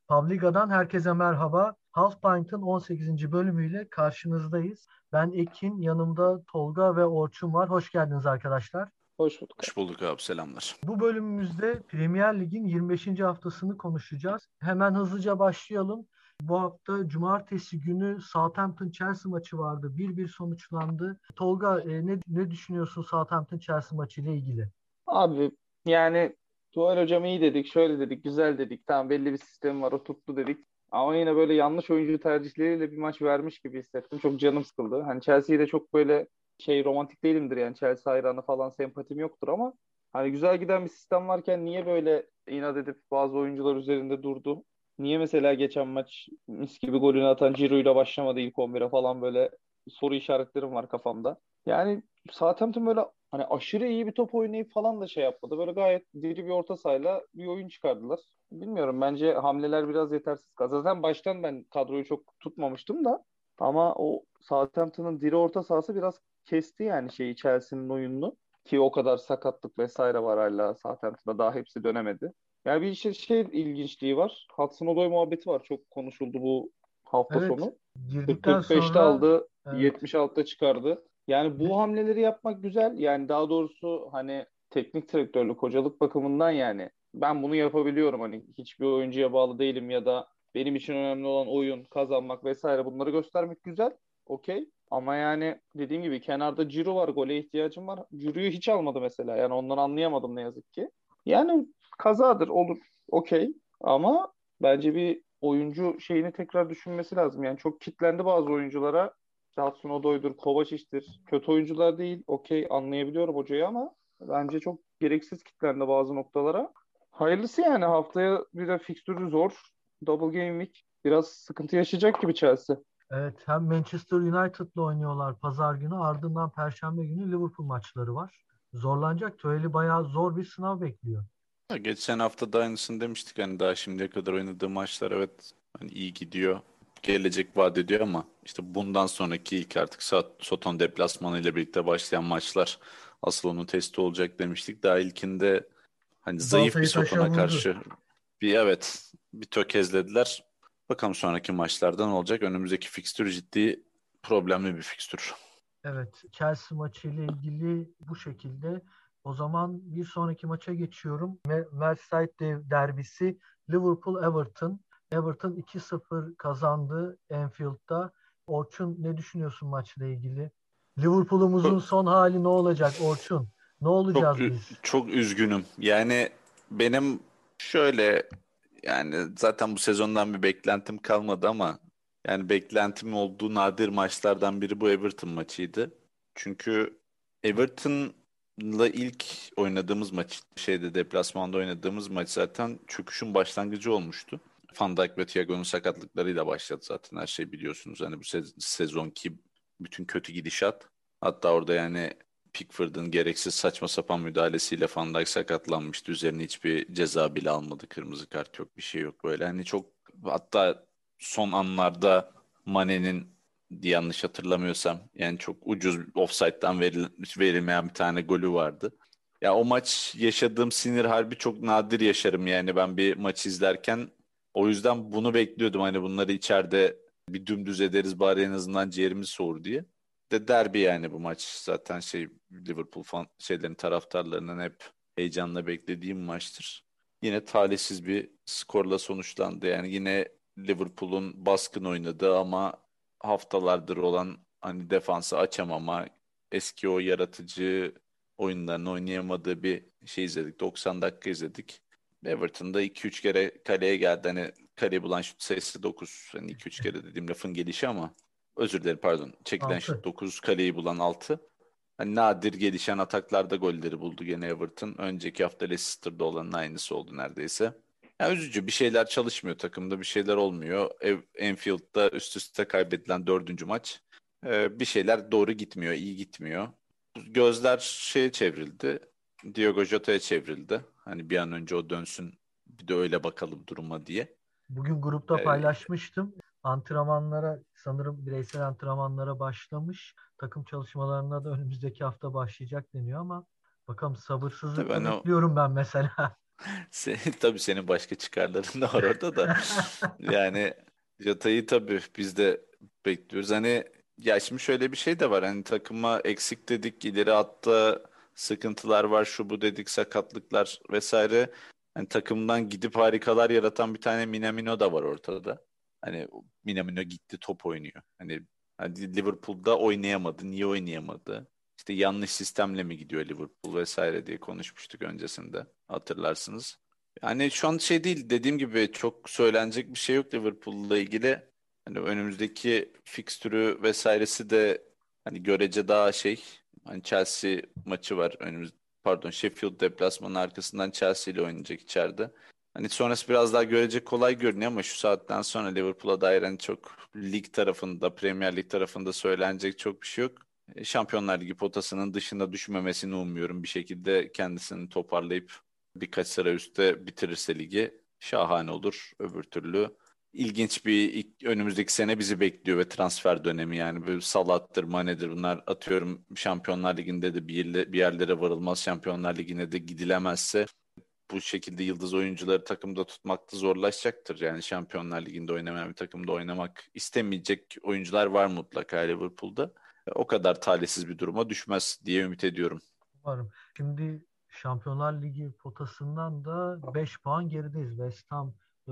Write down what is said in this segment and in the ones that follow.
Pavliga'dan herkese merhaba. Half Pint'ın 18. bölümüyle karşınızdayız. Ben Ekin, yanımda Tolga ve Orçun var. Hoş geldiniz arkadaşlar. Hoş bulduk abi. Hoş bulduk abi, selamlar. Bu bölümümüzde Premier Lig'in 25. haftasını konuşacağız. Hemen hızlıca başlayalım. Bu hafta Cumartesi günü Southampton-Chelsea maçı vardı. 1-1 sonuçlandı. Tolga, ne düşünüyorsun Southampton-Chelsea maçı ile ilgili? Abi yani Tuval hocam iyi dedik, şöyle dedik, güzel dedik. Tamam belli bir sistem var, oturttu dedik. Ama yine böyle yanlış oyuncu tercihleriyle bir maç vermiş gibi hissettim. Çok canım sıkıldı. Hani Chelsea'yi de çok böyle romantik değilimdir yani Chelsea hayranı falan sempatim yoktur ama hani güzel giden bir sistem varken niye böyle inat edip bazı oyuncular üzerinde durdu? Niye mesela geçen maç mis gibi golünü atan Giroud'uyla başlamadı ilk 11'e falan böyle soru işaretlerim var kafamda. Yani Southampton böyle hani aşırı iyi bir top oynayıp falan da yapmadı. Böyle gayet diri bir orta sahayla bir oyun çıkardılar. Bilmiyorum, bence hamleler biraz yetersiz kaldı. Zaten baştan ben kadroyu çok tutmamıştım da ama o Southampton'ın diri orta sahası biraz kesti yani Chelsea'nin oyununu. Ki o kadar sakatlık vesaire var hala Southampton'da, daha hepsi dönemedi. Yani bir ilginçliği var. Hudson-Odoi muhabbeti var. Çok konuşuldu bu hafta Evet, sonu. girdikten 40-45'te sonra aldı, evet. 76'da çıkardı. Yani bu hamleleri yapmak güzel. Yani daha doğrusu hani teknik direktörlük, hocalık bakımından yani ben bunu yapabiliyorum. Hani hiçbir oyuncuya bağlı değilim ya da benim için önemli olan oyun, kazanmak vesaire, bunları göstermek güzel. Okey. Ama yani dediğim gibi kenarda Ciro var, gole ihtiyacım var. Ciro'yu hiç almadı mesela. Yani ondan anlayamadım ne yazık ki. Yani kazadır, olur. Okey. Ama bence bir oyuncu tekrar düşünmesi lazım. Yani çok kitlendi bazı oyunculara. Hudson-Odoi'dur, Kovacic'tir. Kötü oyuncular değil. Okey, anlayabiliyorum hocayı ama bence çok gereksiz kitlendi bazı noktalara. Hayırlısı yani, haftaya bir de fikstürü zor. Double Game Week. Biraz sıkıntı yaşayacak gibi Chelsea. Evet, hem Manchester United'la oynuyorlar pazar günü, ardından Perşembe günü Liverpool maçları var. Zorlanacak. Tuhel'i bayağı zor bir sınav bekliyor. Ya, geçen hafta da aynısını demiştik, hani daha şimdiye kadar oynadığı maçlar evet hani iyi gidiyor. Gelecek vaat ediyor ama işte bundan sonraki ilk artık Soton deplasmanı ile birlikte başlayan maçlar asıl onun testi olacak demiştik. Daha ilkinde hani zayıf bir Baltayı taşa Soton'a vurdu. karşı bir tökezlediler. Bakalım sonraki maçlardan olacak. Önümüzdeki fikstür ciddi problemli bir fikstür. Evet, Chelsea maçı ile ilgili bu şekilde. O zaman bir sonraki maça geçiyorum. Merseyside derbisi Liverpool-Everton. Everton 2-0 kazandı Anfield'da. Orçun, ne düşünüyorsun maçla ilgili? Liverpool'umuzun son hali ne olacak Orçun? Ne Çok olacağız biz? çok üzgünüm. Yani benim şöyle, yani zaten bu sezondan bir beklentim kalmadı ama yani beklentim olduğu nadir maçlardan biri bu Everton maçıydı. Çünkü Everton'la ilk oynadığımız maç, deplasmanda oynadığımız maç zaten çöküşün başlangıcı olmuştu. Van Dijk ve Thiago'nun sakatlıklarıyla başladı zaten, her şey biliyorsunuz. Hani bu sezonki bütün kötü gidişat. Hatta orada yani Pickford'ın gereksiz saçma sapan müdahalesiyle Van Dijk sakatlanmıştı. Üzerine hiçbir ceza bile almadı. Kırmızı kart yok, bir şey yok böyle. Hani çok, hatta son anlarda Mane'nin, yanlış hatırlamıyorsam yani çok ucuz offside'dan verilmeyen bir tane golü vardı. Ya o maç yaşadığım sinir harbi çok nadir yaşarım yani ben bir maç izlerken. O yüzden bunu bekliyordum, hani bunları içeride bir dümdüz ederiz bari, en azından ciğerimiz soğur diye. De derbi yani bu maç zaten Liverpool taraftarlarının hep heyecanla beklediğim maçtır. Yine talihsiz bir skorla sonuçlandı. Yani yine Liverpool'un baskın oynadığı ama haftalardır olan hani defansı açamama, eski o yaratıcı oyunlarını oynayamadığı bir izledik. 90 dakika izledik. Everton'da 2-3 kere kaleye geldi. Hani kaleyi bulan şut sayısı 9. Hani 2-3 kere dediğim lafın gelişi ama özür dilerim, pardon. Çekilen şut 6. 9, kaleyi bulan 6. Hani nadir gelişen ataklarda golleri buldu gene Everton. Önceki hafta Leicester'da olanın aynısı oldu neredeyse. Ya üzücü, bir şeyler çalışmıyor takımda, bir şeyler olmuyor. Anfield'da üst üste kaybedilen dördüncü maç. Bir şeyler doğru gitmiyor, iyi gitmiyor. Gözler çevrildi. Diogo Jota'ya çevrildi. Hani bir an önce o dönsün, bir de öyle bakalım duruma diye. Bugün grupta Ee, paylaşmıştım. Antrenmanlara, sanırım bireysel antrenmanlara başlamış. Takım çalışmalarına da önümüzdeki hafta başlayacak deniyor ama bakalım, tabii sabırsızlıkla hani o bekliyorum ben mesela. Tabii senin başka çıkarların da var orada da. Yani Jota'yı tabii biz de bekliyoruz. Hani ya şimdi şöyle bir şey de var. Hani takıma eksik dedik, ileri hatta sıkıntılar var, şu bu dedik, sakatlıklar vesaire. Hani takımdan gidip harikalar yaratan bir tane Minamino da var ortada. Hani Minamino gitti, top oynuyor. Hani Liverpool'da oynayamadı. Niye oynayamadı? İşte yanlış sistemle mi gidiyor Liverpool vesaire diye konuşmuştuk öncesinde. Hatırlarsınız. Yani şu an şey değil, dediğim gibi çok söylenecek bir şey yok Liverpool'la ilgili. Hani önümüzdeki fikstürü vesairesi de hani görece daha şey. Hani Chelsea maçı var önümüz, pardon, Sheffield deplasmanının arkasından Chelsea ile oynayacak içeride. Hani sonrası biraz daha görece kolay görünüyor ama şu saatten sonra Liverpool'a dair hani çok lig tarafında, Premier Lig tarafında söylenecek çok bir şey yok. Şampiyonlar Ligi potasının dışında düşmemesini umuyorum. Bir şekilde kendisini toparlayıp birkaç sıra üstte bitirirse ligi şahane olur. Öbür türlü ilginç bir önümüzdeki sene bizi bekliyor ve transfer dönemi, yani böyle Salah'tır, Mane'dir, bunlar atıyorum Şampiyonlar Ligi'nde de bir yerlere varılmaz. Şampiyonlar Ligi'ne de gidilemezse bu şekilde yıldız oyuncuları takımda tutmak da zorlaşacaktır. Yani Şampiyonlar Ligi'nde oynamayan bir takımda oynamak istemeyecek oyuncular var mutlaka Liverpool'da. O kadar talihsiz bir duruma düşmez diye ümit ediyorum. Umarım. Şimdi Şampiyonlar Ligi potasından da 5 puan gerideyiz. West Ham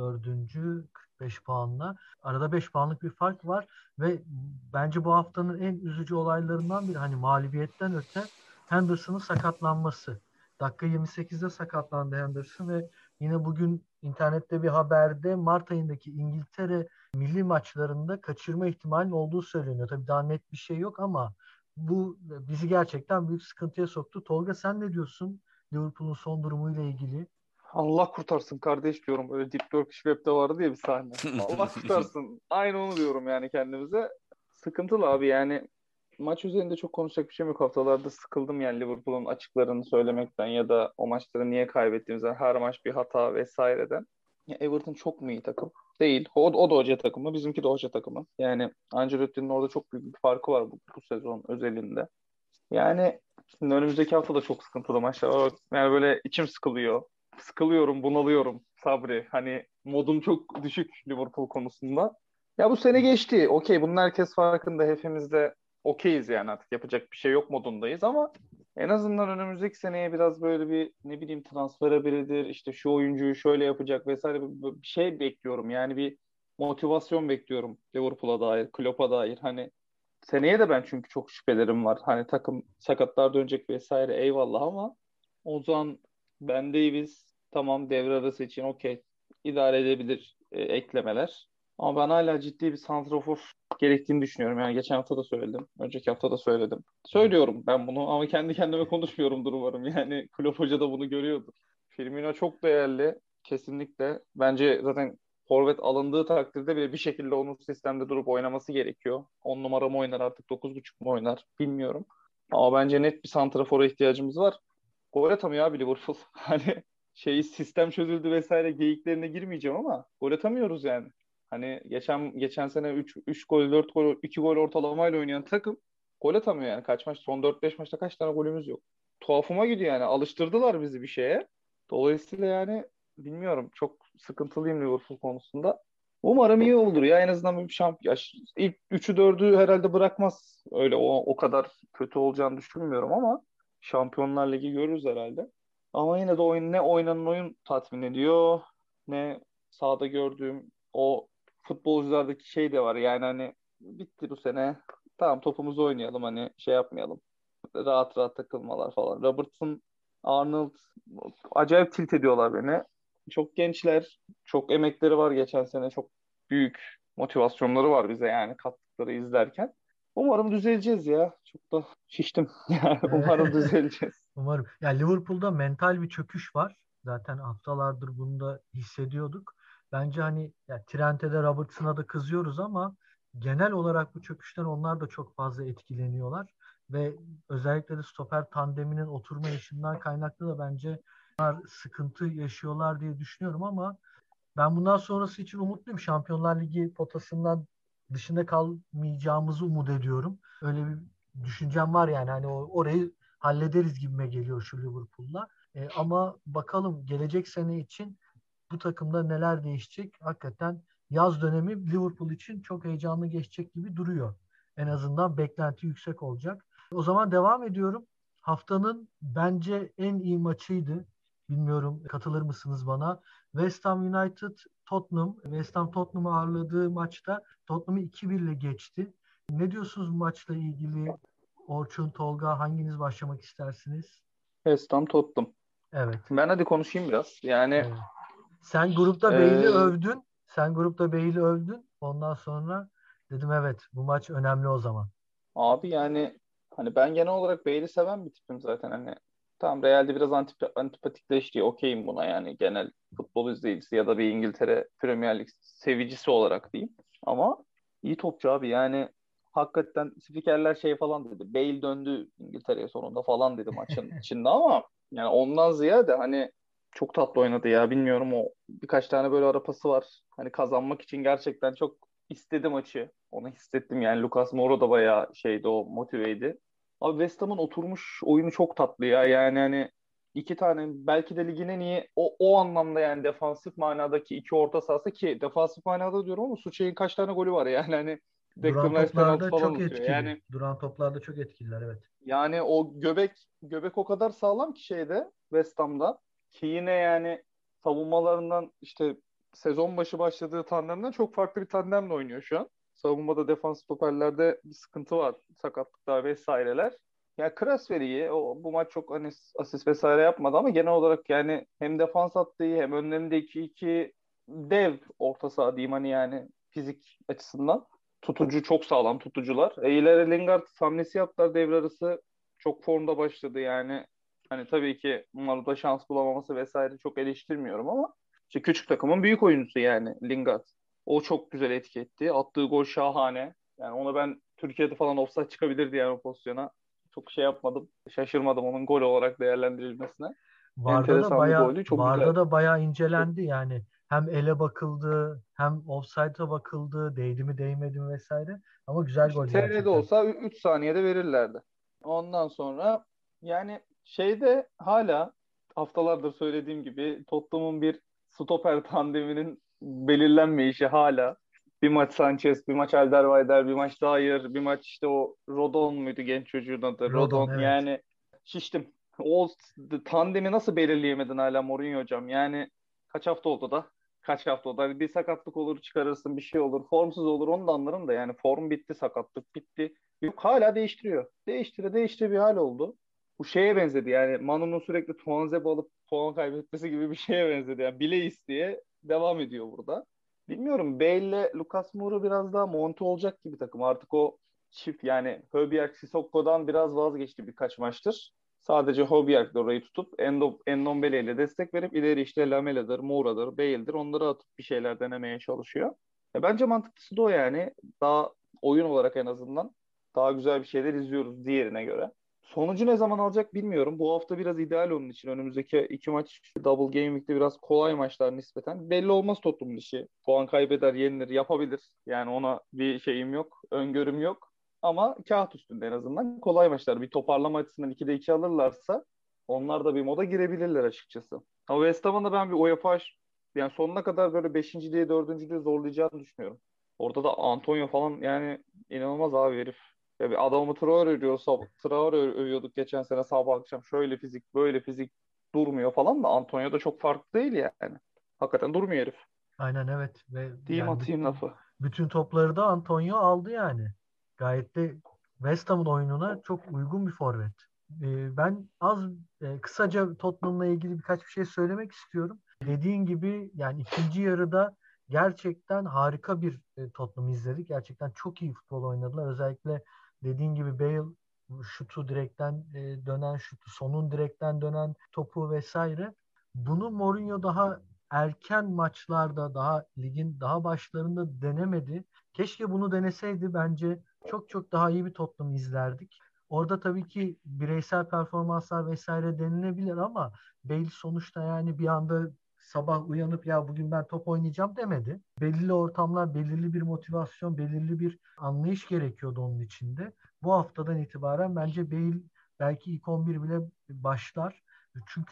4. 45 puanla. Arada 5 puanlık bir fark var ve bence bu haftanın en üzücü olaylarından biri, hani mağlubiyetten öte, Henderson'ın sakatlanması. Dakika 28'de sakatlandı Henderson ve yine bugün internette bir haberde Mart ayındaki İngiltere milli maçlarında kaçırma ihtimalinin olduğu söyleniyor. Tabii daha net bir şey yok ama bu bizi gerçekten büyük sıkıntıya soktu. Tolga, sen ne diyorsun Liverpool'un son durumuyla ilgili? Allah kurtarsın kardeş diyorum. Öyle Deep Turkish Web'de vardı ya bir sahne. Allah kurtarsın. Aynı onu diyorum yani kendimize. Sıkıntılı abi yani. Maç üzerinde çok konuşacak bir şey yok. Haftalarda sıkıldım yani Liverpool'un açıklarını söylemekten ya da o maçları niye kaybettiğimizden, her maç bir hata vesaireden. Ya Everton çok mu iyi takım? Değil. O da hoca takımı, bizimki de hoca takımı. Yani Ancelotti'nin orada çok büyük bir farkı var bu sezon özelinde. Yani şimdi önümüzdeki hafta da çok sıkıntılı maçlar var. Yani böyle içim sıkılıyor. Sıkılıyorum, bunalıyorum Sabri. Hani modum çok düşük Liverpool konusunda. Ya bu sene geçti. Okey, bunun herkes farkında. Hepimiz de okeyiz yani, artık yapacak bir şey yok modundayız ama en azından önümüzdeki seneye biraz böyle bir, ne bileyim, transfere biridir, işte şu oyuncuyu şöyle yapacak vesaire bir şey bekliyorum. Yani bir motivasyon bekliyorum Liverpool'a dair, Klopp'a dair. Hani seneye de ben çünkü çok şüphelerim var. Hani takım sakatlar dönecek vesaire, eyvallah, ama o zaman Ben Davies tamam, devre arası için okey, idare edebilir eklemeler. Ama ben hala ciddi bir santrafor gerektiğini düşünüyorum. Yani geçen hafta da söyledim. Önceki hafta da söyledim. Söylüyorum ben bunu ama kendi kendime konuşmuyorumdur umarım. Yani Klopp Hoca da bunu görüyordur. Firmino çok değerli. Kesinlikle. Bence zaten forvet alındığı takdirde bile bir şekilde onun sistemde durup oynaması gerekiyor. 10 numara mı oynar artık, 9,5 mu oynar bilmiyorum. Ama bence net bir santrafora ihtiyacımız var. Gol atamıyor abi Liverpool. Hani sistem çözüldü vesaire geyiklerine girmeyeceğim ama gol atamıyoruz yani. Hani geçen sene 3 gol, 4 gol, 2 gol ortalamayla oynayan takım gol atamıyor yani. Kaç maç, son 4-5 maçta kaç tane golümüz yok. Tuhafıma gidiyor yani. Alıştırdılar bizi bir şeye. Dolayısıyla yani bilmiyorum, çok sıkıntılıyım Liverpool konusunda. Umarım iyi olur ya, en azından bir şampiyon. İlk 3'ü 4'ü herhalde bırakmaz. Öyle o kadar kötü olacağını düşünmüyorum ama Şampiyonlar Ligi görürüz herhalde. Ama yine de ne oynanan oyun tatmin ediyor, ne sahada gördüğüm o futbolculardaki şey de var. Yani hani bitti bu sene. Tamam, topumuzu oynayalım, hani şey yapmayalım. Rahat rahat takılmalar falan. Robertson, Arnold acayip tilt ediyorlar beni. Çok gençler, çok emekleri var geçen sene. Çok büyük motivasyonları var bize yani, kattıkları izlerken. Umarım düzeleceğiz ya. Çok da şiştim. Yani umarım düzeleceğiz. Umarım. Ya Liverpool'da mental bir çöküş var. Zaten haftalardır bunu da hissediyorduk. Bence hani ya Trent'e de Robertson'a da kızıyoruz ama genel olarak bu çöküşten onlar da çok fazla etkileniyorlar ve özellikle de stoper tandeminin oturma yaşından kaynaklı da bence sıkıntı yaşıyorlar diye düşünüyorum ama ben bundan sonrası için umutluyum. Şampiyonlar Ligi potasından dışında kalmayacağımızı umut ediyorum. Öyle bir düşüncem var yani. Hani orayı hallederiz gibime geliyor şu Liverpool'la. Ama bakalım gelecek sene için bu takımda neler değişecek? Hakikaten yaz dönemi Liverpool için çok heyecanlı geçecek gibi duruyor. En azından beklenti yüksek olacak. O zaman devam ediyorum. Haftanın bence en iyi maçıydı. Bilmiyorum katılır mısınız bana? West Ham United Tottenham. West Ham Tottenham'ı ağırladığı maçta Tottenham'ı 2-1 ile geçti. Ne diyorsunuz bu maçla ilgili? Orçun, Tolga hanginiz başlamak istersiniz? West Ham Tottenham. Evet. Ben hadi konuşayım biraz. Yani Evet. Sen grupta Bale'i övdün. Sen grupta Bale'i övdün. Ondan sonra dedim evet bu maç önemli o zaman. abi yani hani ben genel olarak Bale'i seven bir tipim zaten. Hani tamam Real'de biraz antipatikleşti. Okeyim buna yani genel futbol izleyicisi ya da bir İngiltere Premier Lig sevicisi olarak diyeyim. Ama iyi topçu abi yani hakikaten spikerler şey falan dedi. Bale döndü İngiltere'ye sonunda falan dedi maçın içinde ama yani ondan ziyade hani çok tatlı oynadı ya bilmiyorum o birkaç tane böyle ara pası var. Hani kazanmak için gerçekten çok istedi maçı. Onu hissettim yani Lucas Moura da bayağı şeydi o motiveydi. Abi West Ham'ın oturmuş oyunu çok tatlı ya. Yani hani iki tane belki de ligin en iyi o anlamda yani defansif manadaki iki orta sahası ki defansif manada diyorum ama Suçek'in kaç tane golü var yani hani Duran Declan Rice penaltı toplarda falan çok atıyor. etkili. Yani Duran toplarda çok etkililer evet. yani o göbek o kadar sağlam ki şeyde West Ham'da ki yine yani savunmalarından işte sezon başı başladığı tandemden çok farklı bir tandemle oynuyor şu an. Savunmada defans stoperlerde bir sıkıntı var. Sakatlıklar vesaireler. Ya Krasveri bu maç çok hani asist vesaire yapmadı ama genel olarak yani hem defans attığı hem önlerindeki iki dev orta saha diyeyim hani yani fizik açısından tutucu çok sağlam tutucular. İleri Lingard hamlesi yaptılar devre arası. Çok formda başladı yani. Hani tabii ki Maru'da şans bulamaması vesaire çok eleştirmiyorum ama işte küçük takımın büyük oyuncusu yani Lingard. O çok güzel etki etti. Attığı gol şahane. Yani ona ben Türkiye'de falan offside çıkabilirdi yani o pozisyona. Çok şey yapmadım. Şaşırmadım onun gol olarak değerlendirilmesine. Enteresan bir goldü. Çok VAR'da güzel. da bayağı Çok incelendi yani. Hem ele bakıldı, hem offside'a bakıldı, değdi mi değmedi mi vesaire. Ama güzel İşte gol TR'de gerçekten. olsa 3 saniyede verirlerdi. Ondan sonra yani şeyde hala haftalardır söylediğim gibi Tottenham'ın bir stoper tandeminin belirlenmeyişi hala. Bir maç Sanchez, bir maç Alderweireld, bir maç Dyer, bir maç işte o Rodon muydu genç çocuğun adı? Rodon Rodon evet. yani şiştim. O tandemi nasıl belirleyemedin hala Mourinho hocam? Yani kaç hafta oldu da? Kaç hafta oldu? Hani bir sakatlık olur çıkarırsın bir şey olur. Formsuz olur onu da anlarım da yani form bitti sakatlık bitti. Yok hala değiştiriyor. Değiştire bir hal oldu. Bu şeye benzedi yani Manu'nun sürekli Tuanzebe alıp puan kaybetmesi gibi bir şeye benzedi. Yani bile isteye devam ediyor burada. Bilmiyorum Bale'le Lucas Moura biraz daha monte olacak gibi takım. Artık o çift yani Højbjerg Sissoko'dan biraz vazgeçti birkaç maçtır. Sadece Højbjerg'le orayı tutup Endombele ile destek verip ileri işte Lamela'dır, Moura'dır, Bale'dir onları atıp bir şeyler denemeye çalışıyor. Bence mantıklısı da o yani. Daha oyun olarak en azından daha güzel bir şeyler izliyoruz diğerine göre. Sonucu ne zaman alacak bilmiyorum. Bu hafta biraz ideal onun için. Önümüzdeki iki maç Double Game Week'te biraz kolay maçlar nispeten. Belli olmaz Tottenham'ın işi. Puan kaybeder, yenilir, yapabilir. Yani ona bir şeyim yok, öngörüm yok. Ama kağıt üstünde en azından kolay maçlar. Bir toparlama açısından 2'de 2 alırlarsa onlar da bir moda girebilirler açıkçası. Ama West Ham'ın da ben bir UEFA yani sonuna kadar böyle beşinciliğe, dördüncülüğe zorlayacağını düşünüyorum. Orada da Antonio falan yani inanılmaz abi herif. Ya bir adamı Traore Traore övüyorduk geçen sene sabah akşam. Şöyle fizik, böyle fizik durmuyor falan da Antonio da çok farklı değil yani. Hakikaten durmuyor herif. Aynen evet. Ve Diyeyim yani atayım lafı. bütün topları da Antonio aldı yani. Gayet de West Ham'ın oyununa çok uygun bir forvet. Ben kısaca Tottenham'la ilgili birkaç bir şey söylemek istiyorum. Dediğin gibi yani ikinci yarıda gerçekten harika bir Tottenham izledik. Gerçekten çok iyi futbol oynadılar. Özellikle dediğin gibi Bale şutu direkten dönen şutu, sonun direkten dönen topu vesaire. Bunu Mourinho daha erken maçlarda daha ligin daha başlarında denemedi. Keşke bunu deneseydi bence çok çok daha iyi bir Tottenham izlerdik. Orada tabii ki bireysel performanslar vesaire denilebilir ama Bale sonuçta yani bir anda sabah uyanıp ya bugün ben top oynayacağım demedi. Belirli ortamlar, belirli bir motivasyon, belirli bir anlayış gerekiyordu onun içinde. Bu haftadan itibaren bence Bale belki ilk 11 bile başlar. Çünkü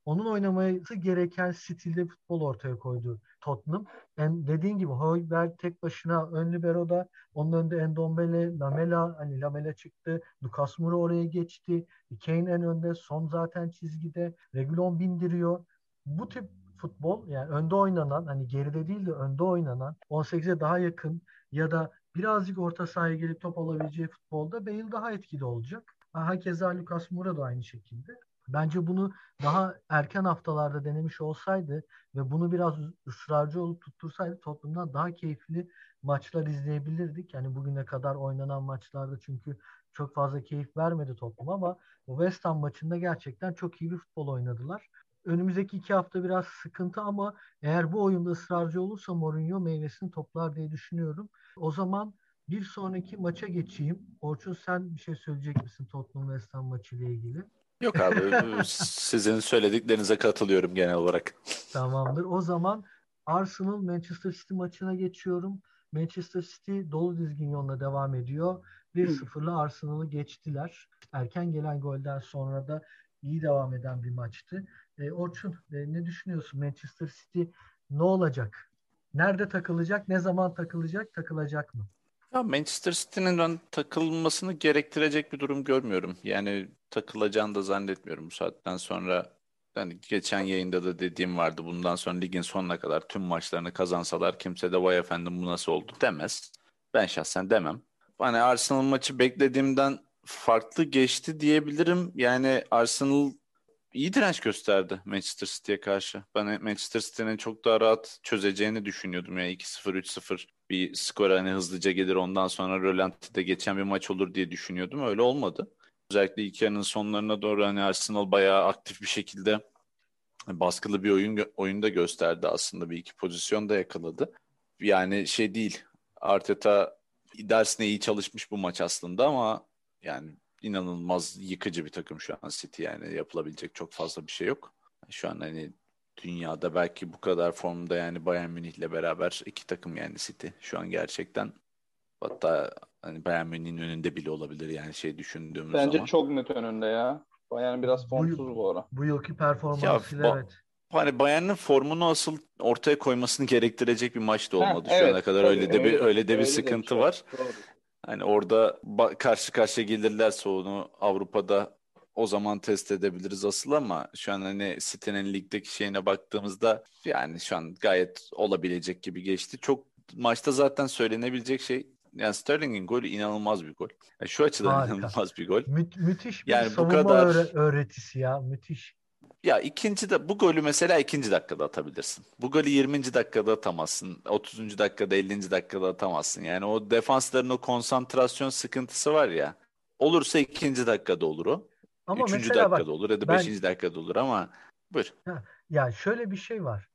onun oynaması gereken stilde futbol ortaya koydu Tottenham. Dediğin gibi Højbjerg tek başına ön libero'da, onun önünde Endombele, Lamela, hani Lamela çıktı. Lucas Moura oraya geçti. Kane en önde. Son zaten çizgide. Reguilon bindiriyor. Bu tip futbol, yani önde oynanan, hani geride değil de önde oynanan, 18'e daha yakın ya da birazcık orta sahaya gelip top alabileceği futbolda Bale daha etkili olacak. Hakeza Lucas Moura da aynı şekilde. Bence bunu daha erken haftalarda denemiş olsaydı ve bunu biraz ısrarcı olup tuttursaydı Tottenham'dan daha keyifli maçlar izleyebilirdik. Yani bugüne kadar oynanan maçlarda çünkü çok fazla keyif vermedi Tottenham, ama bu West Ham maçında gerçekten çok iyi bir futbol oynadılar. Önümüzdeki 2 hafta biraz sıkıntı, ama eğer bu oyunda ısrarcı olursa Mourinho meyvesini toplar diye düşünüyorum. O zaman bir sonraki maça geçeyim. Orçun, sen bir şey söyleyecek misin Tottenham West Ham maçı ile ilgili? Yok abi, sizin söylediklerinize katılıyorum genel olarak. Tamamdır. O zaman Arsenal Manchester City maçına geçiyorum. Manchester City dolu dizgin yoluna devam ediyor. 1-0'la Arsenal'ı geçtiler. Erken gelen golden sonra da iyi devam eden bir maçtı. Orçun, ne düşünüyorsun? Manchester City ne olacak? Nerede takılacak? Ne zaman takılacak? Takılacak mı? Ya Manchester City'nin ben takılmasını gerektirecek bir durum görmüyorum. Yani takılacağını da zannetmiyorum bu saatten sonra. Yani geçen yayında da dediğim vardı. Bundan sonra ligin sonuna kadar tüm maçlarını kazansalar kimse de vay efendim bu nasıl oldu demez. Ben şahsen demem. Hani Arsenal maçı beklediğimden farklı geçti diyebilirim. Yani Arsenal iyi direnç gösterdi Manchester City'ye karşı. Ben Manchester City'nin çok daha rahat çözeceğini düşünüyordum. Yani 2-0, 3-0 bir skor hani hızlıca gelir, ondan sonra rölantiде geçen bir maç olur diye düşünüyordum. Öyle olmadı. Özellikle ilk yarının sonlarına doğru hani Arsenal bayağı aktif bir şekilde baskılı bir oyunda gösterdi aslında. Bir iki pozisyon da yakaladı. Yani şey değil. Arteta dersine iyi çalışmış bu maç aslında, ama yani inanılmaz yıkıcı bir takım şu an City, yani yapılabilecek çok fazla bir şey yok. Şu an hani dünyada belki bu kadar formda yani Bayern Münih'le beraber iki takım, yani City şu an gerçekten, hatta hani Bayern Münih'in önünde bile olabilir yani şey düşündüğümüz Bence zaman. çok net önünde ya. Bayern biraz Bu, formsuz bu ara. bu yılki Ya performansıyla evet. hani Bayern'in formunu asıl ortaya koymasını gerektirecek bir maç da Ha olmadı şu ana evet kadar. tabii Öyle de bir öyle. öyle de bir Öyle de bir sıkıntı şey. var. Doğru. Hani orada karşı karşıya gelirlerse onu Avrupa'da o zaman test edebiliriz asıl, ama şu an hani City'nin ligdeki şeyine baktığımızda yani şu an gayet olabilecek gibi geçti. Çok maçta zaten söylenebilecek şey, yani Sterling'in golü inanılmaz bir gol. Yani şu açıdan Harika. inanılmaz bir gol. Müthiş bir Yani bu savunma kadar. öğretisi ya. Müthiş. Ya ikinci de bu golü mesela ikinci dakikada atabilirsin. Bu golü 20. dakikada atamazsın. 30. dakikada, 50. dakikada atamazsın. Yani o defansların o konsantrasyon sıkıntısı var ya. Olursa ikinci dakikada olur o. Ama Üçüncü mesela bak, dakikada olur ya da ben beşinci dakikada olur, ama buyur. ya şöyle bir şey var.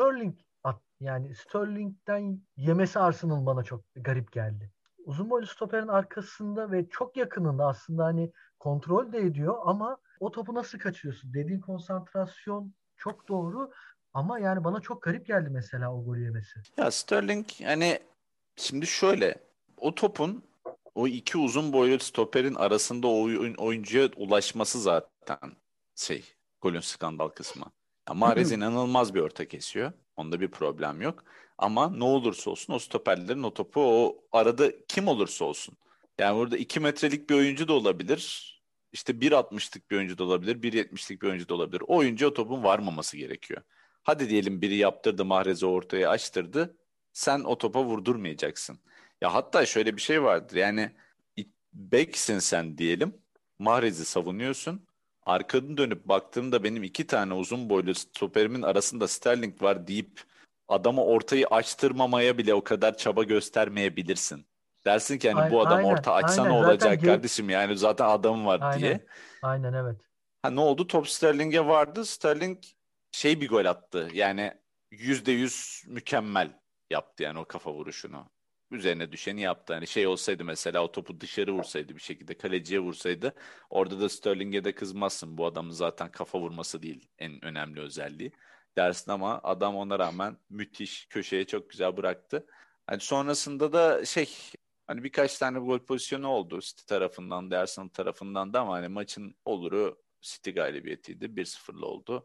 Yani Sterling'den yemesi Arsenal bana çok garip geldi. Uzun boylu stoperin arkasında ve çok yakınında aslında, hani kontrol de ediyor, ama o topu nasıl kaçırıyorsun? Dediğin konsantrasyon çok doğru, ama yani bana çok garip geldi mesela o golü yemesi. Ya Sterling hani şimdi şöyle, o topun o iki uzun boylu stoperin arasında oyuncuya ulaşması zaten şey, golün skandal kısmı. Ya Mahrez inanılmaz bir orta kesiyor. Onda bir problem yok. Ama ne olursa olsun o stoperlerin o topu o arada kim olursa olsun. Yani burada 2 metrelik bir oyuncu da olabilir. İşte 1,60'lık bir oyuncu da olabilir. 1,70'lik bir oyuncu da olabilir. O oyuncu o topun varmaması gerekiyor. Hadi diyelim biri yaptırdı, Mahrez'i ortaya açtırdı. Sen o topa vurdurmayacaksın. Ya hatta şöyle bir şey vardır. Yani beksin sen diyelim. Mahrez'i savunuyorsun. Arkanı dönüp baktığımda benim iki tane uzun boylu stoperimin arasında Sterling var deyip adama ortayı açtırmamaya bile o kadar çaba göstermeyebilirsin. Dersin ki hani bu adam Aynen, orta açsa ne aynen. Zaten olacak kardeşim, yani zaten adam var aynen, diye. aynen evet. Ha ne oldu? Top Sterling'e vardı. Sterling şey bir gol attı. Yani %100 mükemmel yaptı yani o kafa vuruşunu. Üzerine düşeni yaptı. Hani şey olsaydı mesela, o topu dışarı vursaydı, bir şekilde kaleciye vursaydı, orada da Sterling'e de kızmazsın. Bu adamın zaten kafa vurması değil en önemli özelliği dersin, ama adam ona rağmen müthiş köşeye çok güzel bıraktı. Hani sonrasında da şey, hani birkaç tane gol pozisyonu oldu City tarafından da Arsenal tarafından da, ama hani maçın oluru City galibiyetiydi. 1-0'lı oldu.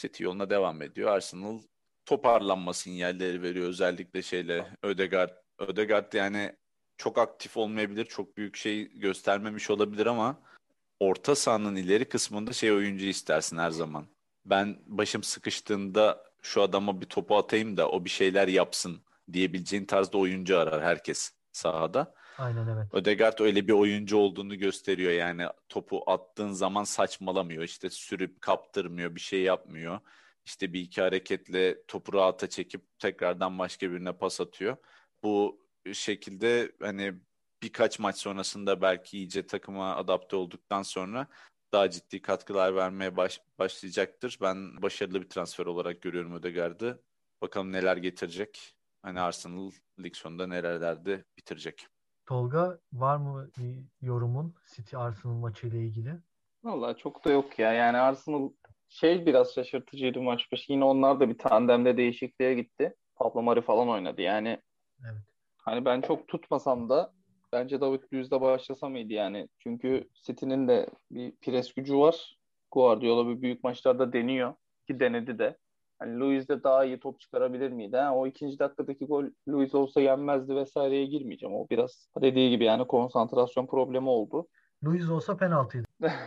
City yoluna devam ediyor. Arsenal toparlanma sinyalleri veriyor. Özellikle Ødegaard. Ødegaard yani çok aktif olmayabilir. Çok büyük şey göstermemiş olabilir ama orta sahanın ileri kısmında oyuncu istersin her zaman. Ben başım sıkıştığında şu adama bir topu atayım da o bir şeyler yapsın diyebileceğin tarzda oyuncu arar herkes sahada. Aynen, evet. Ødegaard öyle bir oyuncu olduğunu gösteriyor. Yani topu attığın zaman saçmalamıyor. İşte sürüp kaptırmıyor, bir şey yapmıyor. İşte bir iki hareketle topu rahata çekip tekrardan başka birine pas atıyor. Bu şekilde hani birkaç maç sonrasında belki iyice takıma adapte olduktan sonra daha ciddi katkılar vermeye başlayacaktır. Ben başarılı bir transfer olarak görüyorum Ødegaard'ı. Bakalım neler getirecek. Hani Arsenal lig sonunda nerelerde bitirecek. Tolga, var mı bir yorumun City Arsenal maçı ile ilgili? Vallahi çok da yok ya. Yani Arsenal biraz şaşırtıcıydı maç başı. Yine onlar da bir tandemde değişikliğe gitti. Pablo Mari falan oynadı. Yani Evet. hani ben çok tutmasam da bence David Luiz'de başlasa mıydı yani? Çünkü City'nin de bir pres gücü var. Guardiola bir büyük maçlarda deniyor. Ki denedi de. Hani Luiz de daha iyi top çıkarabilir miydi? Ha? O ikinci dakikadaki gol Luiz olsa yenmezdi vesaireye girmeyeceğim. O biraz dediği gibi yani konsantrasyon problemi oldu. Luiz olsa penaltıydı.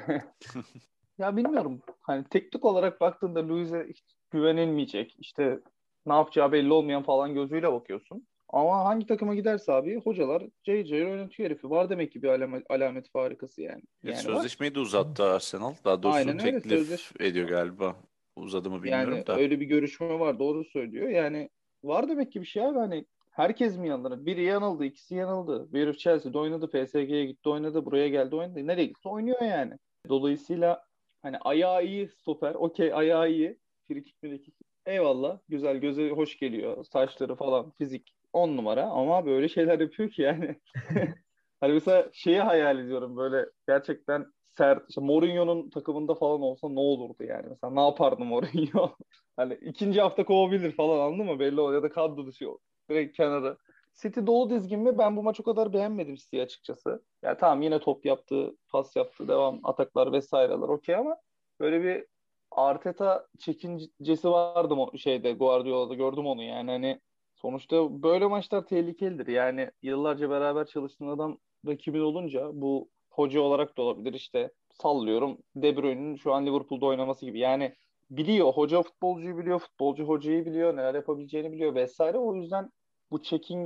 Ya bilmiyorum. Hani teknik olarak baktığında Luiz'e hiç güvenilmeyecek. İşte ne yapacağı belli olmayan falan gözüyle bakıyorsun. Ama hangi takıma giderse abi hocalar cayır cayır oynatıyor herifi. Var demek ki bir alamet farikası yani. Yani var. Sözleşmeyi de uzattı Arsenal. Daha doğrusu Aynen öyle teklif ediyor galiba. Uzadı mı Yani bilmiyorum da. öyle bir görüşme var. Doğru söylüyor. Yani var demek ki bir şey abi. Hani herkes mi yanılır? Biri yanıldı, ikisi yanıldı. Bir herif Chelsea'de oynadı, PSG'ye gitti oynadı, buraya geldi oynadı. Nereye gitti oynuyor yani. Dolayısıyla hani ayağı iyi stoper. Okey, ayağı iyi. Frikik frikik. Eyvallah. Güzel, göze hoş geliyor. Saçları falan, fizik 10 numara. Ama böyle şeyler yapıyor ki yani. Hani mesela hayal ediyorum böyle gerçekten sert. İşte Mourinho'nun takımında falan olsa ne olurdu yani? Mesela ne yapardı Mourinho? Hani ikinci hafta kovabilir falan, anladın mı? Belli oluyor ya da kadro dışı direkt kenara. City dolu dizgin mi? Ben bu maç o kadar beğenmedim City'yi açıkçası. Ya tamam, yine top yaptı, pas yaptı, devam ataklar vesaireler okey ama böyle bir Arteta çekincesi vardı Guardiola'da gördüm onu yani hani sonuçta böyle maçlar tehlikelidir. Yani yıllarca beraber çalıştığın adam rakibin olunca bu hoca olarak da olabilir işte sallıyorum De Bruyne'nin şu an Liverpool'da oynaması gibi. Yani biliyor, hoca futbolcuyu biliyor, futbolcu hocayı biliyor, neler yapabileceğini biliyor vesaire. O yüzden bu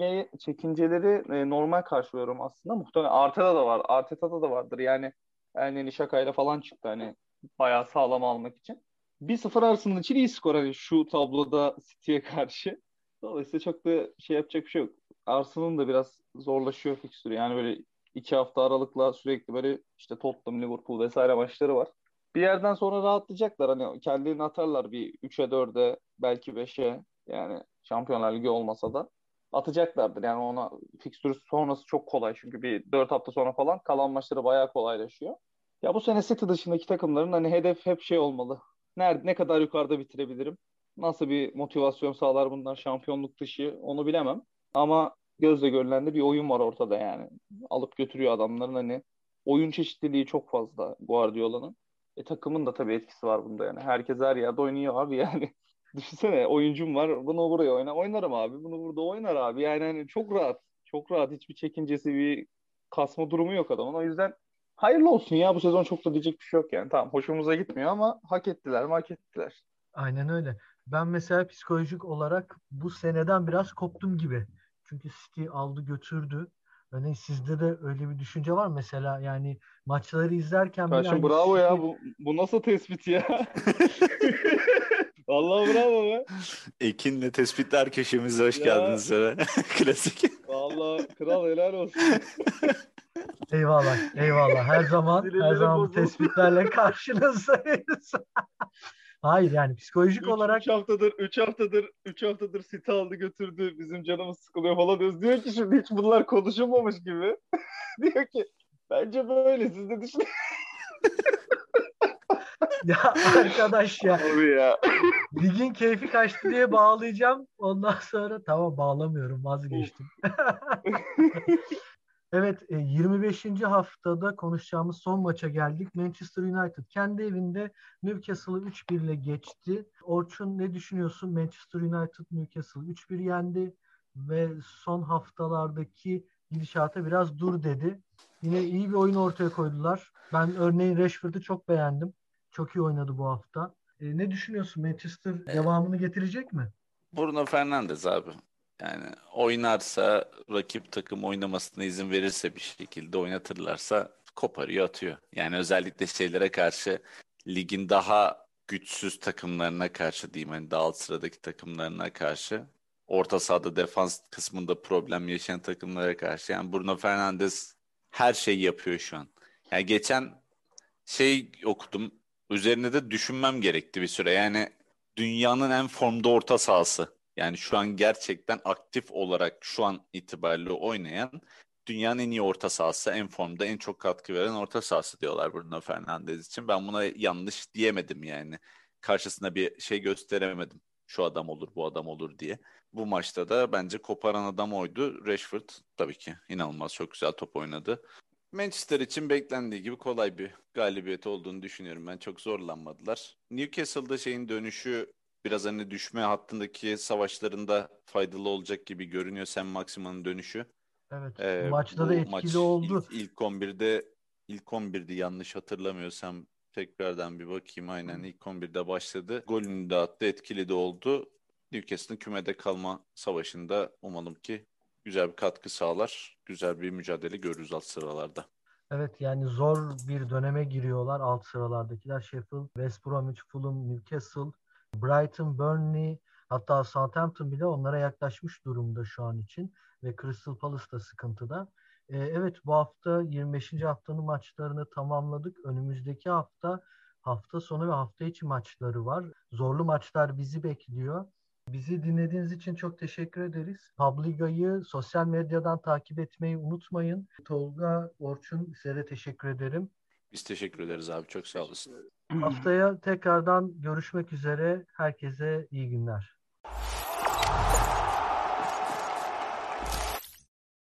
çekinceleri normal karşılıyorum aslında. Muhtemelen Arteta'da da vardır. Yani Elneny şakayla falan çıktı hani bayağı sağlam almak için. 1-0 Arsenal için iyi skor hani şu tabloda City'ye karşı. Dolayısıyla çok da yapacak bir şey yok. Arsenal'ın da biraz zorlaşıyor fikstürü. Yani böyle 2 hafta aralıkla sürekli böyle işte Tottenham, Liverpool vesaire maçları var. Bir yerden sonra rahatlayacaklar. Hani kendilerini atarlar bir 3'e 4'e belki 5'e yani Şampiyonlar Ligi olmasa da atacaklardır. Yani ona fikstürü sonrası çok kolay. Çünkü bir 4 hafta sonra falan kalan maçları bayağı kolaylaşıyor. Ya bu sene City dışındaki takımların hani hedef hep olmalı. Ne kadar yukarıda bitirebilirim? Nasıl bir motivasyon sağlar bunlar şampiyonluk dışı onu bilemem. Ama gözle görülen de bir oyun var ortada yani. Alıp götürüyor adamların hani oyun çeşitliliği çok fazla Guardiola'nın. Takımın da tabii etkisi var bunda yani. Herkes her yerde oynuyor abi yani. Düşünsene oyuncum var bunu buraya oynarım abi. Bunu burada oynar abi. Yani hani çok rahat. Çok rahat. Hiçbir çekincesi bir kasma durumu yok adamın. O yüzden hayırlı olsun ya, bu sezon çok da diyecek bir şey yok yani. Tamam, hoşumuza gitmiyor ama hak ettiler mi hak ettiler. Aynen öyle. Ben mesela psikolojik olarak bu seneden biraz koptum gibi. Çünkü City aldı götürdü. Hani sizde de öyle bir düşünce var mesela, yani maçları izlerken bile Karşım hani bravo City ya, bu nasıl tespit ya? Vallahi bravo be. Ekin'le tespitler köşemize hoş Ya geldiniz. Klasik. vallahi kral, helal olsun. eyvallah, eyvallah. Her zaman Sinirlerim bu bozuldu. tespitlerle karşınızdayız. Hayır, yani psikolojik 3 olarak 3 haftadır 3 haftadır City aldı götürdü. Bizim canımız sıkılıyor falan diyoruz. Diyor ki şimdi hiç bunlar konuşulmamış gibi. Diyor ki bence böyle, siz de düşünün. ya arkadaş ya, Abi ya. ligin keyfi kaçtı diye bağlayacağım. Ondan sonra tamam, bağlamıyorum, Uf. vazgeçtim. Evet, 25. haftada konuşacağımız son maça geldik. Manchester United kendi evinde Newcastle'ı 3-1 ile geçti. Orçun, ne düşünüyorsun? Manchester United Newcastle'ı 3-1 yendi ve son haftalardaki gidişata biraz dur dedi. Yine iyi bir oyun ortaya koydular. Ben örneğin Rashford'u çok beğendim. Çok iyi oynadı bu hafta. Ne düşünüyorsun? Manchester devamını getirecek mi? Bruno Fernandes abi. Yani oynarsa, rakip takım oynamasına izin verirse, bir şekilde oynatırlarsa koparıyor atıyor. Yani özellikle şeylere karşı, ligin daha güçsüz takımlarına karşı diyeyim, hani daha alt sıradaki takımlarına karşı, orta sahada defans kısmında problem yaşayan takımlara karşı, yani Bruno Fernandes her şeyi yapıyor şu an. Yani geçen şey okudum. Üzerine de düşünmem gerekti bir süre. Yani dünyanın en formda orta sahası. Yani şu an gerçekten aktif olarak şu an itibariyle oynayan dünyanın en iyi orta sahası, en formda, en çok katkı veren orta sahası diyorlar Bruno Fernandes için. Ben buna yanlış diyemedim yani. Karşısına bir şey gösteremedim. Şu adam olur, bu adam olur diye. Bu maçta da bence koparan adam oydu. Rashford tabii ki inanılmaz çok güzel top oynadı. Manchester için beklendiği gibi kolay bir galibiyet olduğunu düşünüyorum ben. Çok zorlanmadılar. Newcastle'da şeyin dönüşü biraz hani düşme hattındaki savaşlarında faydalı olacak gibi görünüyor. Sam Maximan'ın dönüşü. Evet, bu maçta da Bu etkili maç oldu. ilk 11'de yanlış hatırlamıyorsam, tekrardan bir bakayım, aynen ilk 11'de başladı. Golünü de attı, etkili de oldu. Newcastle'ın kümede kalma savaşında umalım ki güzel bir katkı sağlar. Güzel bir mücadele görürüz alt sıralarda. Evet, yani zor bir döneme giriyorlar alt sıralardakiler. Sheffield, West Bromwich, Fulham, Newcastle, Brighton, Burnley, hatta Southampton bile onlara yaklaşmış durumda şu an için ve Crystal Palace da sıkıntıda. Evet, bu hafta 25. haftanın maçlarını tamamladık. Önümüzdeki hafta sonu ve hafta içi maçları var. Zorlu maçlar bizi bekliyor. Bizi dinlediğiniz için çok teşekkür ederiz. Publiga'yı sosyal medyadan takip etmeyi unutmayın. Tolga, Orçun, size de teşekkür ederim. Biz teşekkür ederiz abi. Çok sağ olasın. Haftaya tekrardan görüşmek üzere. Herkese iyi günler.